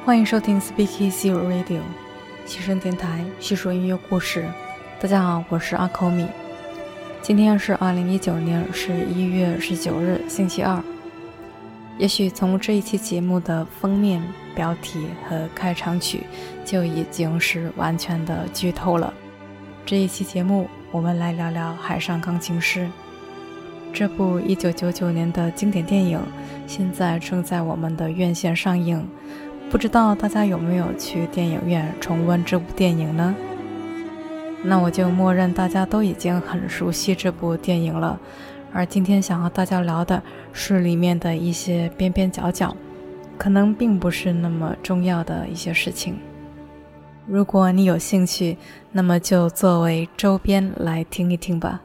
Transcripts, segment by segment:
欢迎收听 Speak Easy Radio 西声电台，细说音乐故事。大家好，我是阿口米。今天是2019年11月19日星期二。也许从这一期节目的封面、标题和开场曲就已经是完全的剧透了。这一期节目我们来聊聊《海上钢琴师》这部1999年的经典电影，现在正在我们的院线上映。不知道大家有没有去电影院重温这部电影呢？那我就默认大家都已经很熟悉这部电影了。而今天想和大家聊的是里面的一些边边角角，可能并不是那么重要的一些事情。如果你有兴趣，那么就作为周边来听一听吧。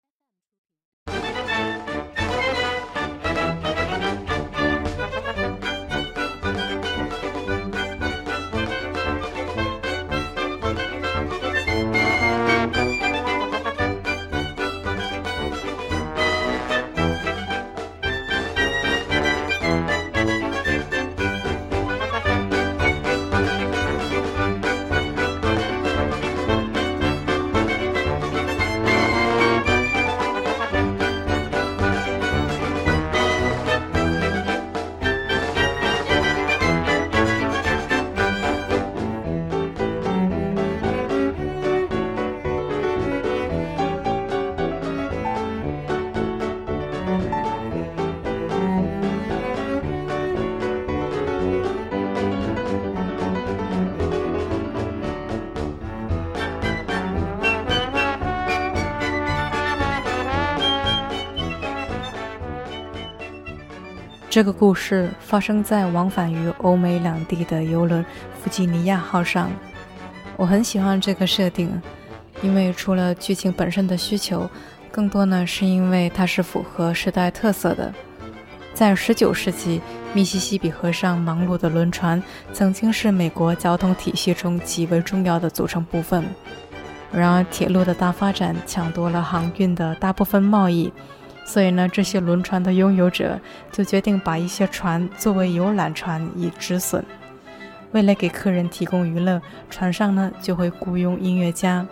这个故事发生在往返于欧美两地的邮轮弗吉尼亚号上。我很喜欢这个设定，因为除了剧情本身的需求，更多呢是因为它是符合时代特色的。在19世纪，密西西比河上忙碌的轮船曾经是美国交通体系中极为重要的组成部分。然而铁路的大发展抢夺了航运的大部分贸易，所以呢，这些轮船的拥有者就决定把一些船作为游览船以止损。为了给客人提供娱乐，船上呢就会雇佣音乐家。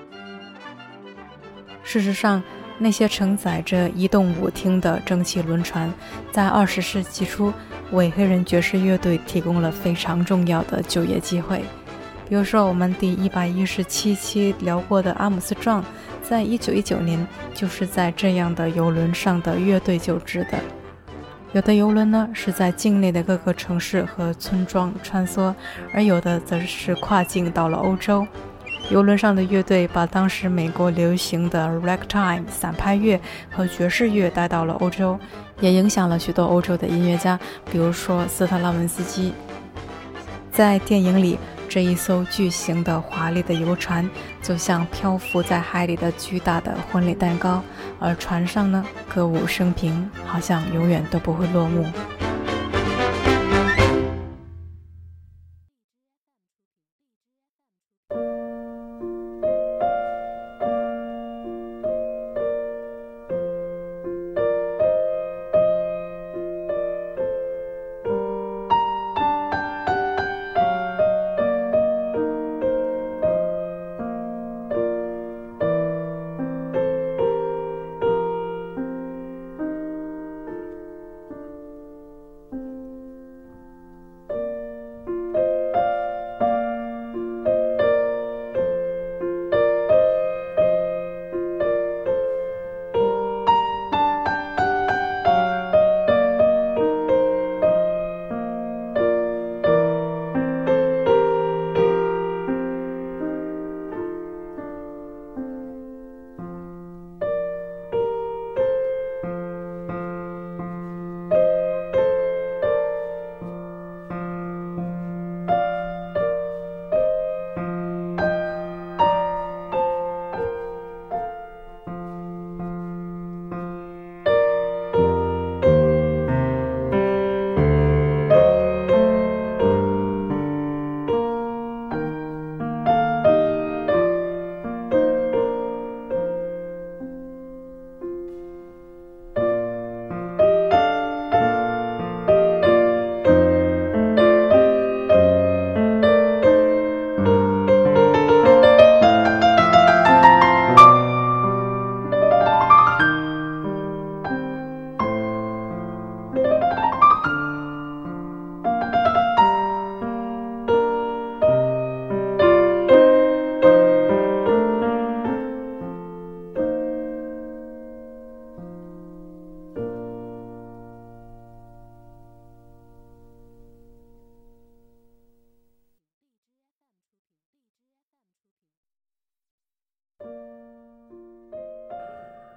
事实上，那些承载着移动舞厅的蒸汽轮船，在20世纪初为黑人爵士乐队提供了非常重要的就业机会。比如说我们第117期聊过的阿姆斯壮，在1919年就是在这样的邮轮上的乐队就职的。有的邮轮呢是在境内的各个城市和村庄穿梭，而有的则是跨境到了欧洲。邮轮上的乐队把当时美国流行的 ragtime 散拍乐和爵士乐带到了欧洲，也影响了许多欧洲的音乐家，比如说斯特拉文斯基。在电影里，这一艘巨型的华丽的游船就像漂浮在海里的巨大的婚礼蛋糕，而船上呢歌舞升平，好像永远都不会落幕。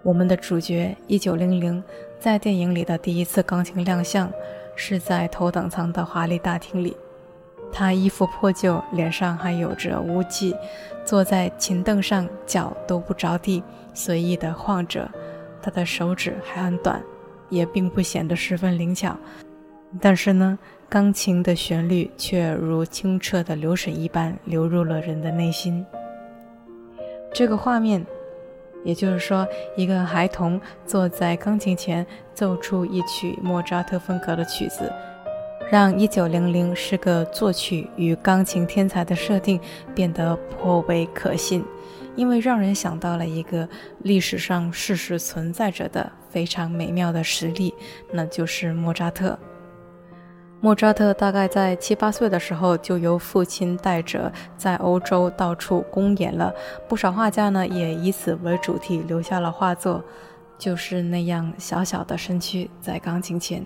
我们的主角1900在电影里的第一次钢琴亮相是在头等舱的华丽大厅里，他衣服破旧，脸上还有着污迹，坐在琴凳上，脚都不着地，随意地晃着，他的手指还很短，也并不显得十分灵巧，但是呢，钢琴的旋律却如清澈的流水一般流入了人的内心。这个画面，也就是说，一个孩童坐在钢琴前奏出一曲莫扎特风格的曲子，让1900是个作曲与钢琴天才的设定变得颇为可信，因为让人想到了一个历史上事实存在着的非常美妙的实例，那就是莫扎特。莫扎特大概在7、8岁的时候就由父亲带着在欧洲到处公演了，不少画家呢也以此为主题留下了画作，就是那样小小的身躯在钢琴前。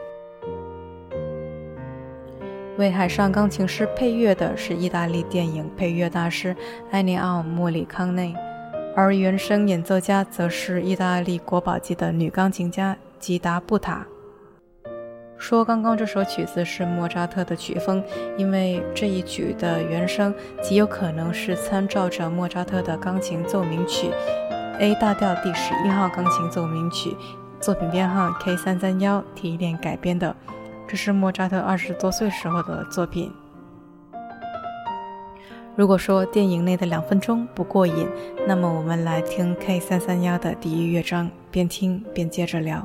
为海上钢琴师配乐的是意大利电影配乐大师埃尼奥·莫里康内，而原声演奏家则是意大利国宝级的女钢琴家吉达布塔。说刚刚这首曲子是莫扎特的曲风，因为这一曲的原声极有可能是参照着莫扎特的钢琴奏鸣曲 A 大调第11号钢琴奏鸣曲，作品编号 K331 提炼改编的，这是莫扎特20多岁时候的作品。如果说电影内的2分钟不过瘾，那么我们来听 K331 的第1乐章，边听边接着聊。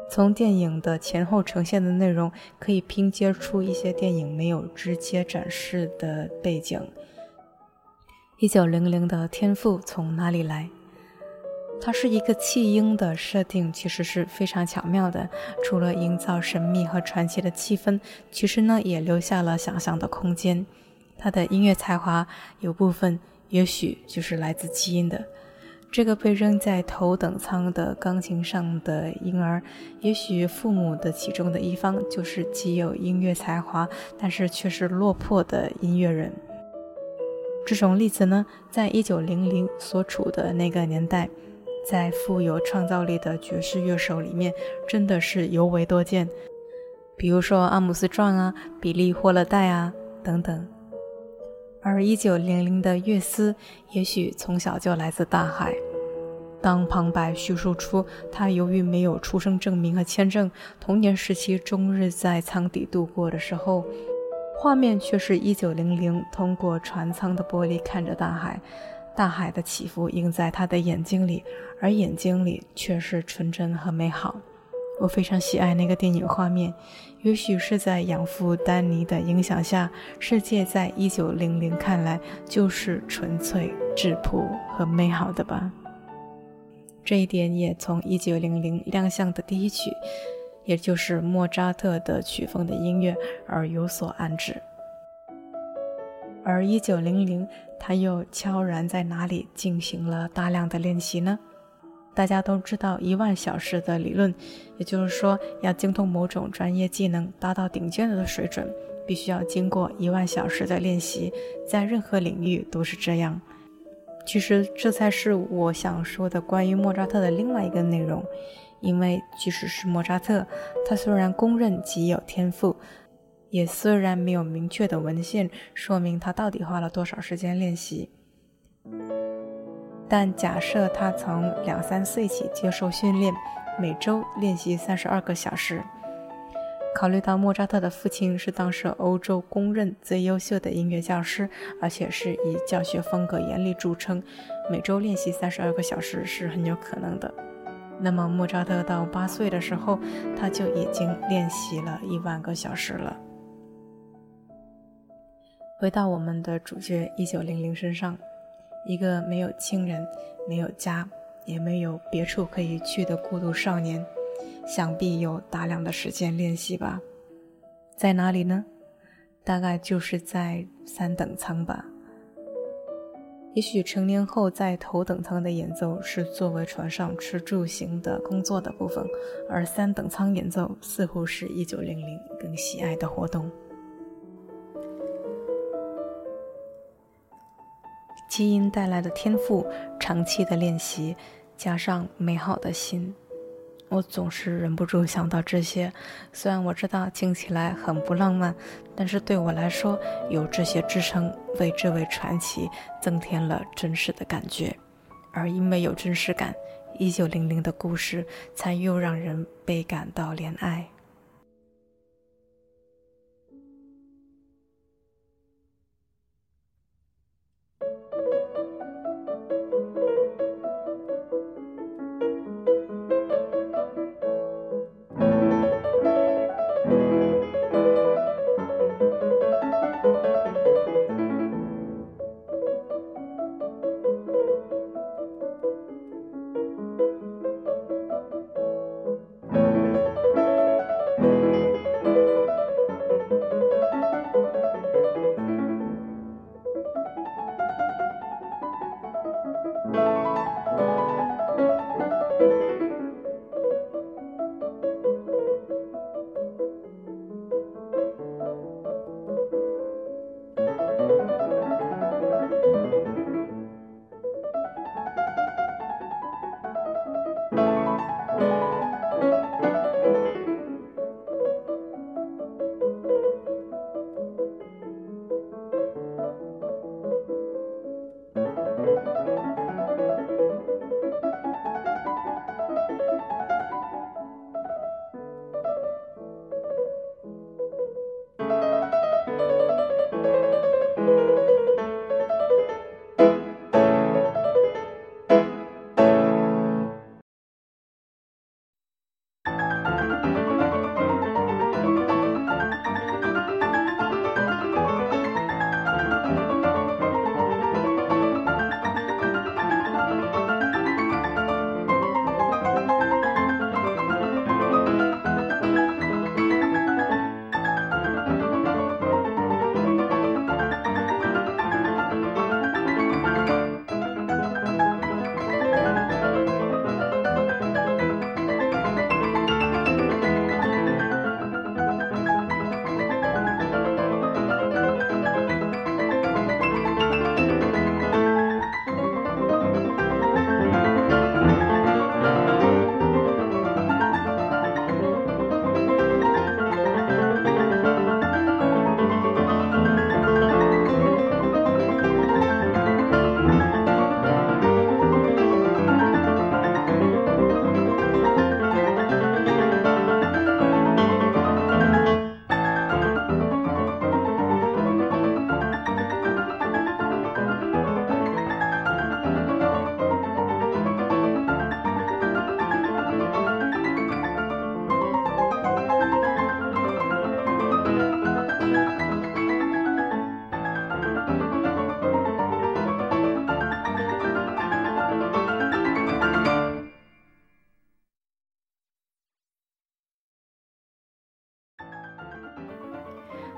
从电影的前后呈现的内容，可以拼接出一些电影没有直接展示的背景。1900的天赋从哪里来？它是一个弃婴的设定，其实是非常巧妙的。除了营造神秘和传奇的气氛，其实呢也留下了想象的空间。他的音乐才华有部分也许就是来自基因的。这个被扔在头等舱的钢琴上的婴儿，也许父母的其中的一方就是既有音乐才华，但是却是落魄的音乐人。这种例子呢，在1900所处的那个年代，在富有创造力的爵士乐手里面真的是尤为多见，比如说阿姆斯壮啊、比利·霍勒戴啊等等。而1900的乐思也许从小就来自大海。当旁白叙述出他由于没有出生证明和签证，童年时期终日在舱底度过的时候，画面却是1900通过船舱的玻璃看着大海，大海的起伏映在他的眼睛里，而眼睛里却是纯真和美好。我非常喜爱那个电影画面，也许是在养父丹尼的影响下，世界在1900看来就是纯粹、质朴和美好的吧。这一点也从1900亮相的第一曲，也就是莫扎特的曲风的音乐而有所暗指。而1900他又悄然在哪里进行了大量的练习呢？大家都知道10000小时的理论，也就是说要精通某种专业技能达到顶尖的水准，必须要经过10000小时的练习，在任何领域都是这样。其实这才是我想说的关于莫扎特的另外一个内容，因为即使是莫扎特，他虽然公认极有天赋，也虽然没有明确的文献说明他到底花了多少时间练习，但假设他从2、3岁起接受训练，每周练习32个小时。考虑到莫扎特的父亲是当时欧洲公认最优秀的音乐教师，而且是以教学风格严厉著称，每周练习32个小时是很有可能的。那么莫扎特到8岁的时候，他就已经练习了10000个小时了。回到我们的主角1900身上，一个没有亲人、没有家，也没有别处可以去的孤独少年，想必有大量的时间练习吧。在哪里呢？大概就是在3等舱吧。也许成年后在头等舱的演奏是作为船上吃住行的工作的部分，而3等舱演奏似乎是1900更喜爱的活动。基因带来的天赋，长期的练习，加上美好的心，我总是忍不住想到这些。虽然我知道听起来很不浪漫，但是对我来说，有这些支撑，为这位传奇增添了真实的感觉。而因为有真实感，1900的故事才又让人倍感到怜爱。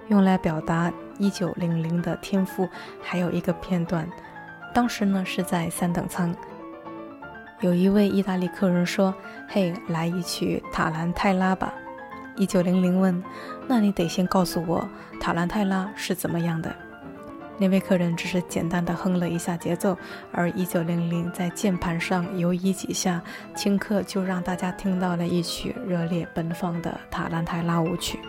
用来表达1900的天赋。还有一个片段，当时呢是在3等舱，有一位意大利客人说：“嘿，来一曲塔兰泰拉吧。”1900问：“那你得先告诉我塔兰泰拉是怎么样的？”那位客人只是简单的哼了一下节奏，而1900在键盘上游移几下，顷刻就让大家听到了一曲热烈奔放的塔兰泰拉舞曲。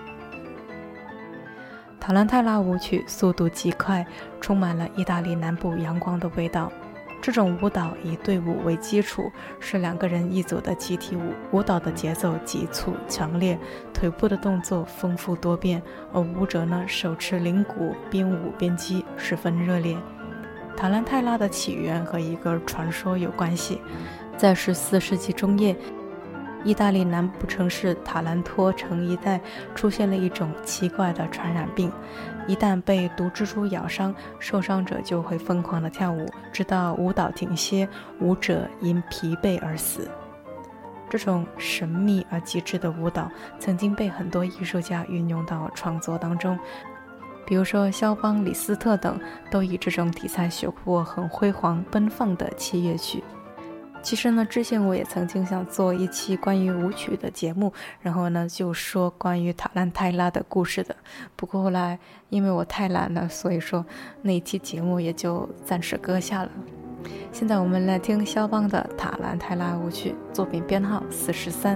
塔兰泰拉舞曲速度极快，充满了意大利南部阳光的味道。这种舞蹈以队伍为基础，是2个人一组的集体舞。舞蹈的节奏急促强烈，腿部的动作丰富多变，而舞者呢手持铃鼓，边舞边击，十分热烈。塔兰泰拉的起源和一个传说有关系。在14世纪中叶，意大利南部城市塔兰托城一带出现了一种奇怪的传染病，一旦被毒蜘蛛咬伤，受伤者就会疯狂地跳舞，直到舞蹈停歇，舞者因疲惫而死。这种神秘而极致的舞蹈曾经被很多艺术家运用到创作当中，比如说肖邦、李斯特等都以这种题材写过很辉煌奔放的器乐曲。其实呢，之前我也曾经想做一期关于舞曲的节目，然后呢就说关于塔兰泰拉的故事的。不过后来因为我太懒了，所以说那一期节目也就暂时搁下了。现在我们来听肖邦的塔兰泰拉舞曲，作品编号43。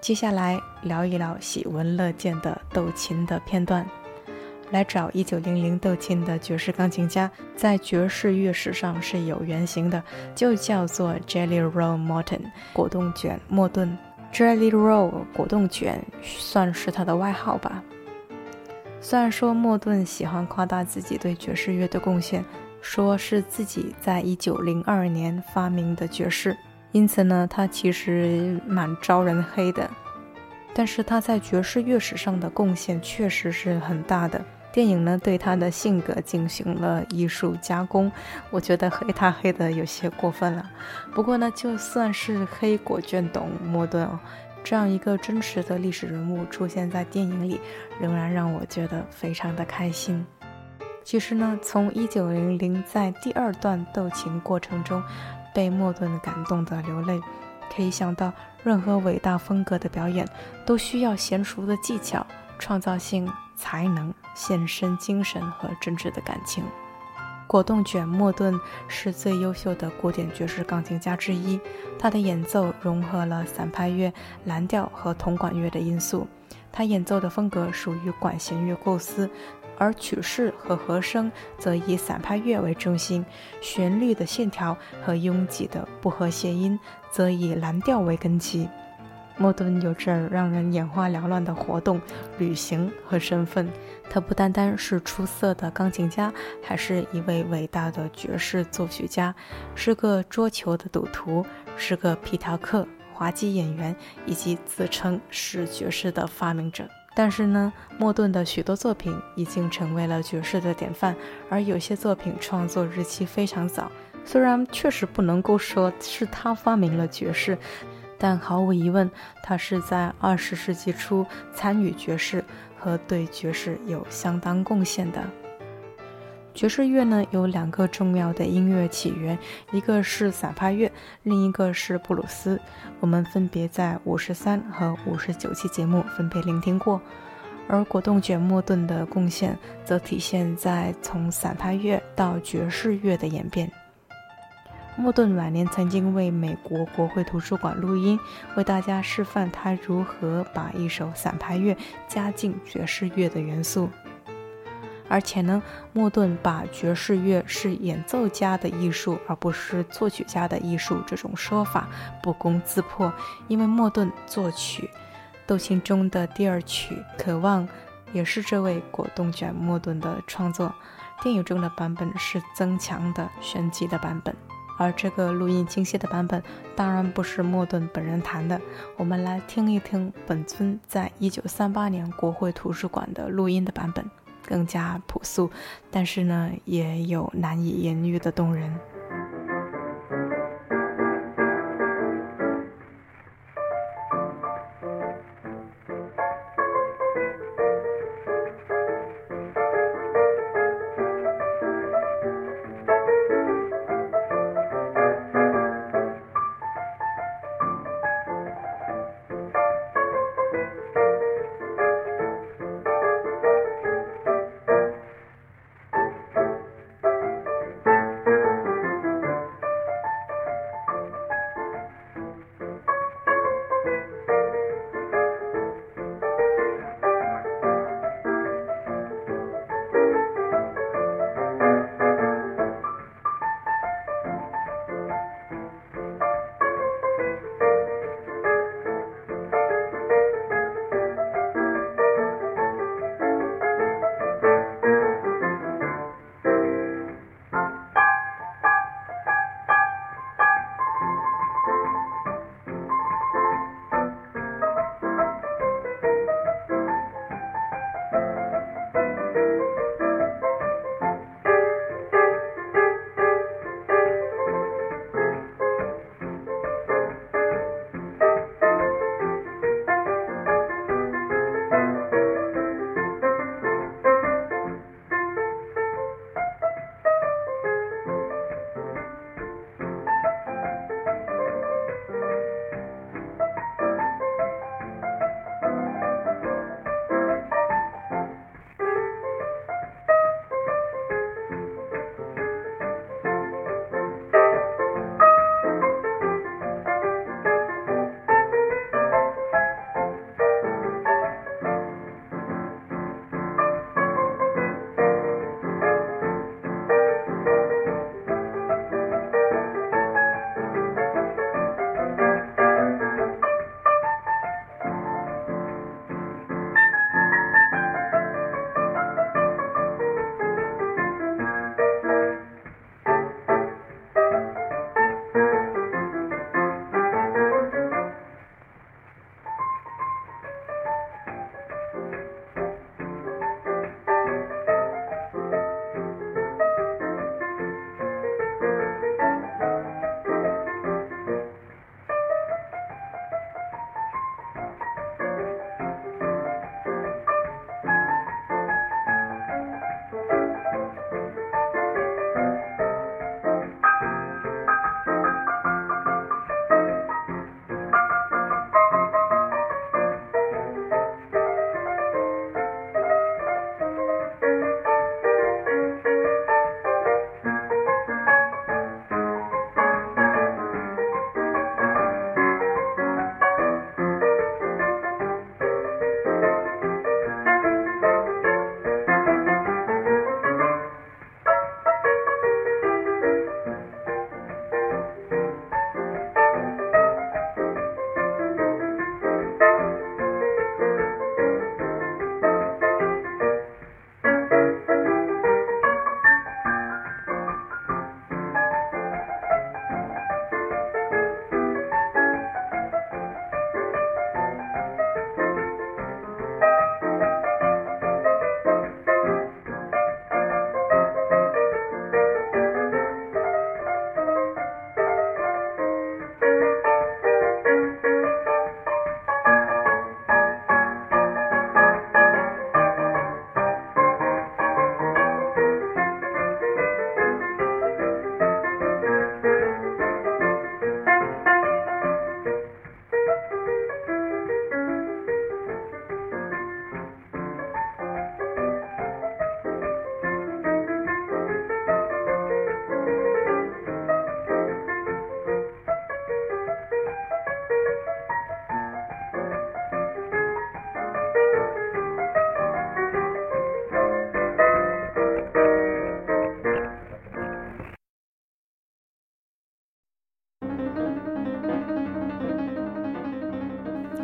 接下来聊一聊喜闻乐见的斗琴的片段。来找1900斗琴的爵士钢琴家，在爵士乐史上是有原型的，就叫做 Jelly Roll Morton 果冻卷莫顿。 Jelly Roll 果冻卷算是他的外号吧。虽然说莫顿喜欢夸大自己对爵士乐的贡献，说是自己在1902年发明的爵士，因此呢，他其实蛮招人黑的。但是他在爵士乐史上的贡献确实是很大的。电影呢对他的性格进行了艺术加工，我觉得黑他黑的有些过分了。不过呢，就算是黑果卷董莫顿这样一个真实的历史人物出现在电影里，仍然让我觉得非常的开心。其实呢，从1900在第二段斗琴过程中被莫顿感动的流泪，可以想到任何伟大风格的表演都需要娴熟的技巧、创造性、才能、献身精神和真挚的感情。果冻卷莫顿是最优秀的古典爵士钢琴家之一，他的演奏融合了散拍乐、蓝调和铜管乐的因素。他演奏的风格属于管弦乐构思，而曲式和和声则以散拍乐为中心，旋律的线条和拥挤的不和谐音则以蓝调为根基。莫顿有着让人眼花缭乱的活动、旅行和身份，他不单单是出色的钢琴家，还是一位伟大的爵士作曲家，是个桌球的赌徒，是个皮条客、滑稽演员，以及自称是爵士的发明者。但是呢，莫顿的许多作品已经成为了爵士的典范，而有些作品创作日期非常早。虽然确实不能够说是他发明了爵士，但毫无疑问，他是在20世纪初参与爵士和对爵士有相当贡献的。爵士乐呢有2个重要的音乐起源，一个是散拍乐，另一个是布鲁斯。我们分别在53和59期节目分别聆听过。而果冻卷莫顿的贡献则体现在从散拍乐到爵士乐的演变。莫顿晚年曾经为美国国会图书馆录音，为大家示范他如何把一首散拍乐加进爵士乐的元素。而且呢，莫顿把爵士乐是演奏家的艺术而不是作曲家的艺术这种说法不攻自破，因为莫顿作曲斗琴中的第2曲《渴望》也是这位果冻卷莫顿的创作，电影中的版本是增强的炫技的版本。而这个录音清晰的版本当然不是莫顿本人弹的，我们来听一听本尊在1938年国会图书馆的录音的版本，更加朴素，但是呢也有难以言喻的动人。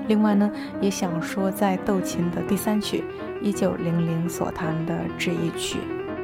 另外呢，也想说在斗琴的第3曲1900所弹的这一曲。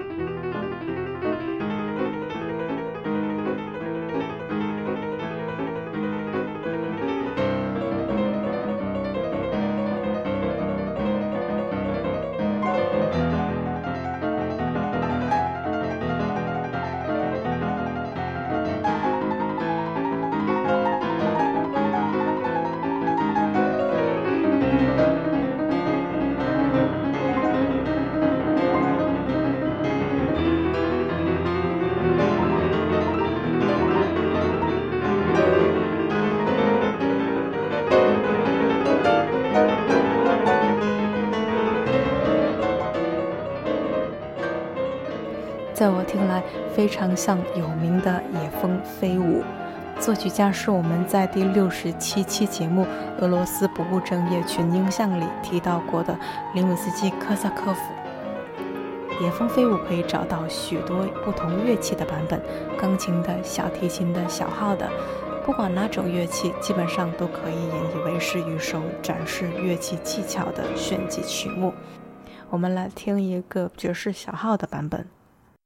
在我听来非常像有名的《野蜂飞舞》，作曲家是我们在第67期节目俄罗斯不务正业群英像里提到过的林姆斯基科萨科夫。野蜂飞舞可以找到许多不同乐器的版本，钢琴的、小提琴的、小号的，不管哪种乐器基本上都可以演绎为是一首展示乐器技巧的炫技曲目。我们来听一个爵士小号的版本。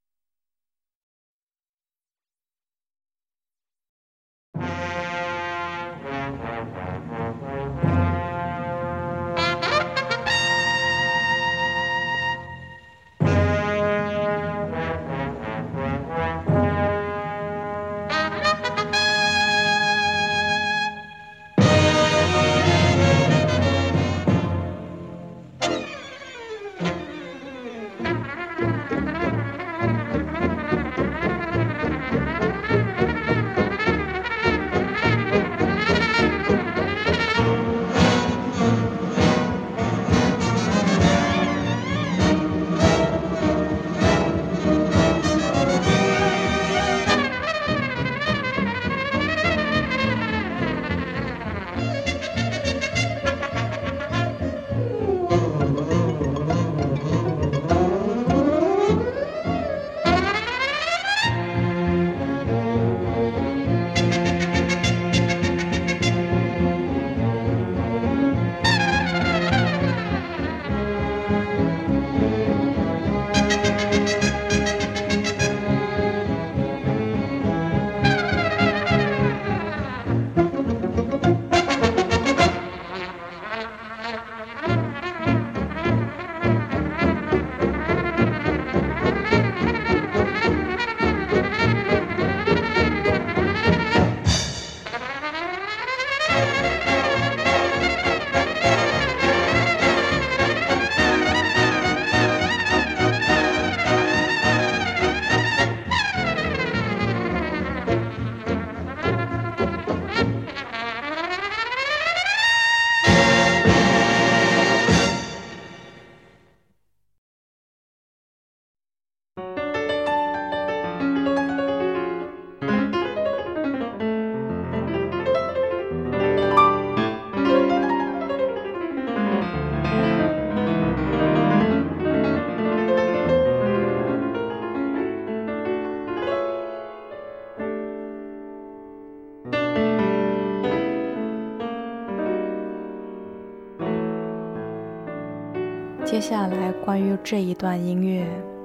接下来关于这一段音乐，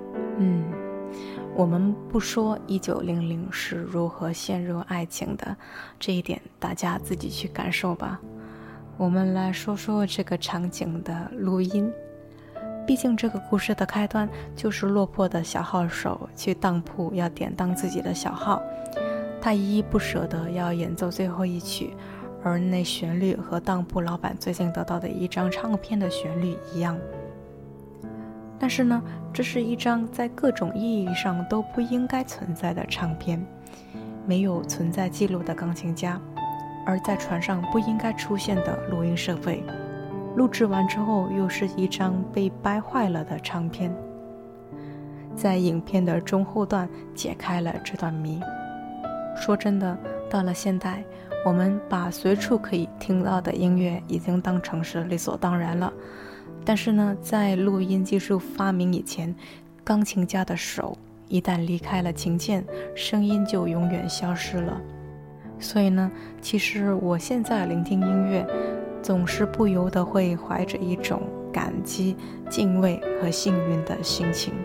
我们不说1900是如何陷入爱情的，这一点大家自己去感受吧。我们来说说这个场景的录音。毕竟这个故事的开端就是落魄的小号手去当铺要典当自己的小号，他依依不舍地要演奏最后一曲，而那旋律和当铺老板最近得到的一张唱片的旋律一样。但是呢，这是一张在各种意义上都不应该存在的唱片，没有存在记录的钢琴家，而在船上不应该出现的录音设备，录制完之后又是一张被掰坏了的唱片。在影片的中后段解开了这段谜。说真的，到了现代，我们把随处可以听到的音乐已经当成是理所当然了。但是呢，在录音技术发明以前，钢琴家的手一旦离开了琴键，声音就永远消失了。所以呢，其实我现在聆听音乐， 总是不由得会怀着一种感激、敬畏和幸运的心情。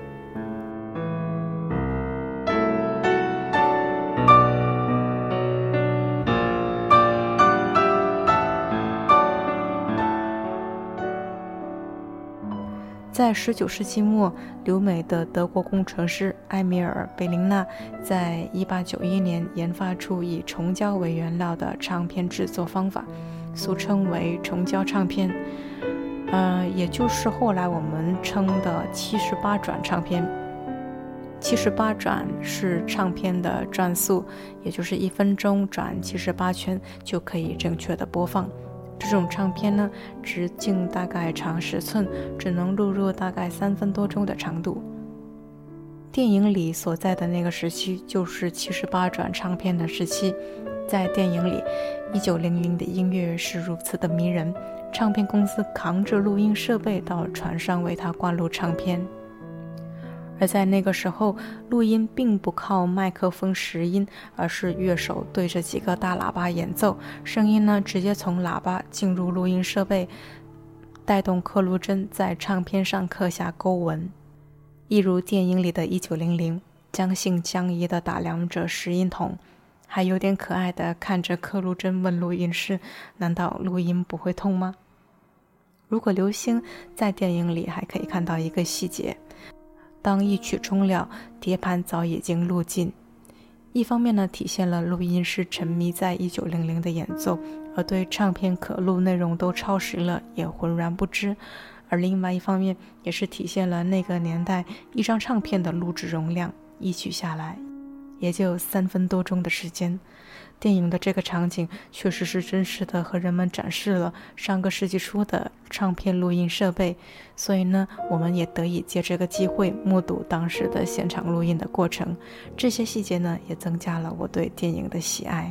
在19世纪末，留美的德国工程师埃米尔·贝林纳在1891年研发出以虫胶为原料的唱片制作方法，俗称为虫胶唱片，也就是后来我们称的78转唱片。78转是唱片的转速，也就是1分钟转78圈就可以正确的播放。这种唱片呢，直径大概长10寸，只能录入大概3分多钟的长度。电影里所在的那个时期就是78转唱片的时期。在电影里，1900的音乐是如此的迷人，唱片公司扛着录音设备到船上为它灌录唱片。而在那个时候，录音并不靠麦克风拾音，而是乐手对着几个大喇叭演奏，声音呢直接从喇叭进入录音设备，带动刻录针在唱片上刻下勾纹。一如电影里的1900，将信将疑地打量着拾音筒，还有点可爱地看着刻录针问录音师，难道录音不会痛吗？如果留心，在电影里还可以看到一个细节，当一曲终了，碟盘早已经录尽。一方面呢，体现了录音师沉迷在1900的演奏，而对唱片可录内容都抄实了也浑然不知；而另外一方面，也是体现了那个年代一张唱片的录制容量，一曲下来也就3分多钟的时间。电影的这个场景确实是真实的和人们展示了上个世纪初的唱片录音设备，所以呢，我们也得以借这个机会目睹当时的现场录音的过程。这些细节呢，也增加了我对电影的喜爱。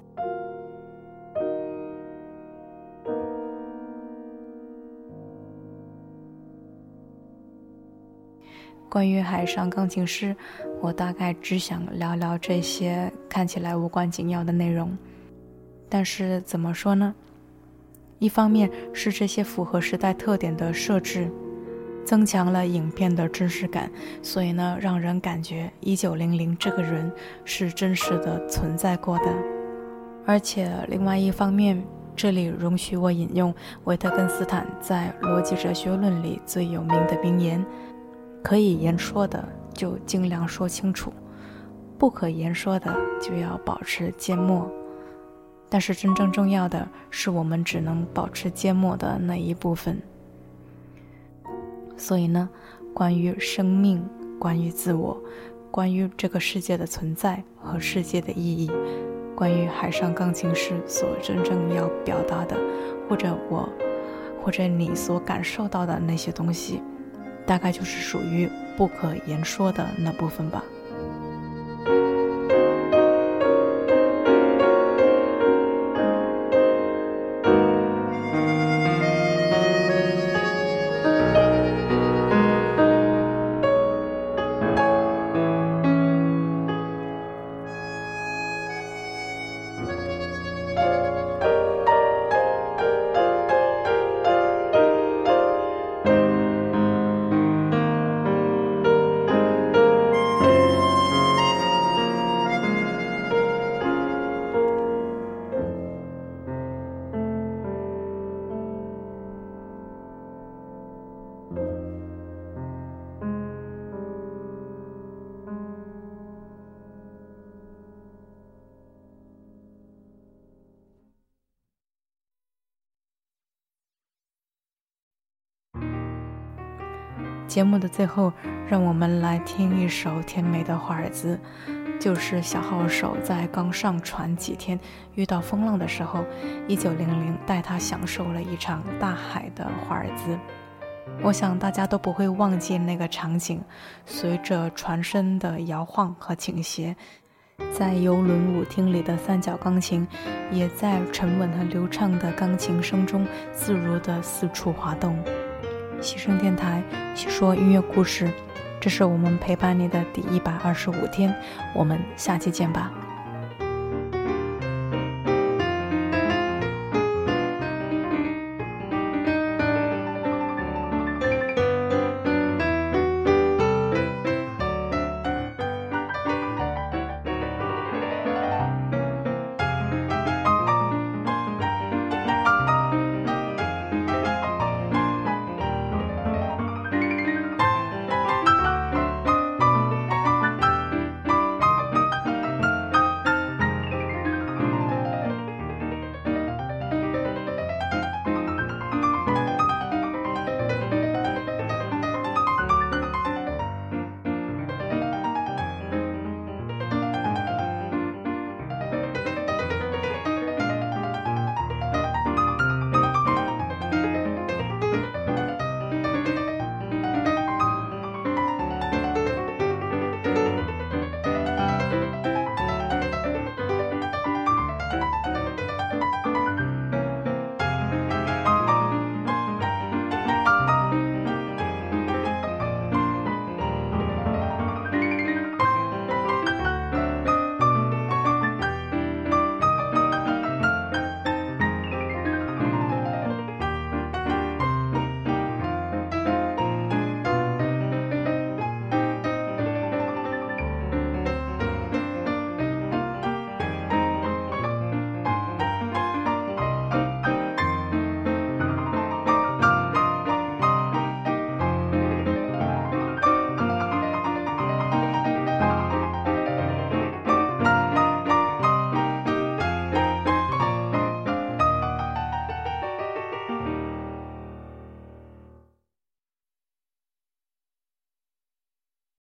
关于海上钢琴师，我大概只想聊聊这些看起来无关紧要的内容。但是怎么说呢？一方面是这些符合时代特点的设置，增强了影片的真实感，所以呢，让人感觉1900这个人是真实的存在过的。而且另外一方面，这里容许我引用维特根斯坦在《逻辑哲学论》里最有名的名言：可以言说的就尽量说清楚，不可言说的就要保持缄默。但是真正重要的是我们只能保持缄默的那一部分。所以呢，关于生命，关于自我，关于这个世界的存在和世界的意义，关于海上钢琴师所真正要表达的，或者我或者你所感受到的那些东西，大概就是属于不可言说的那部分吧。节目的最后，让我们来听一首甜美的华尔兹，就是小号手在刚上船几天遇到风浪的时候，1900带他享受了一场大海的华尔兹。我想大家都不会忘记那个场景，随着船身的摇晃和倾斜，在游轮舞厅里的三角钢琴也在沉稳和流畅的钢琴声中自如地四处滑动。西声电台，细说音乐故事，这是我们陪伴你的第125天，我们下期见吧。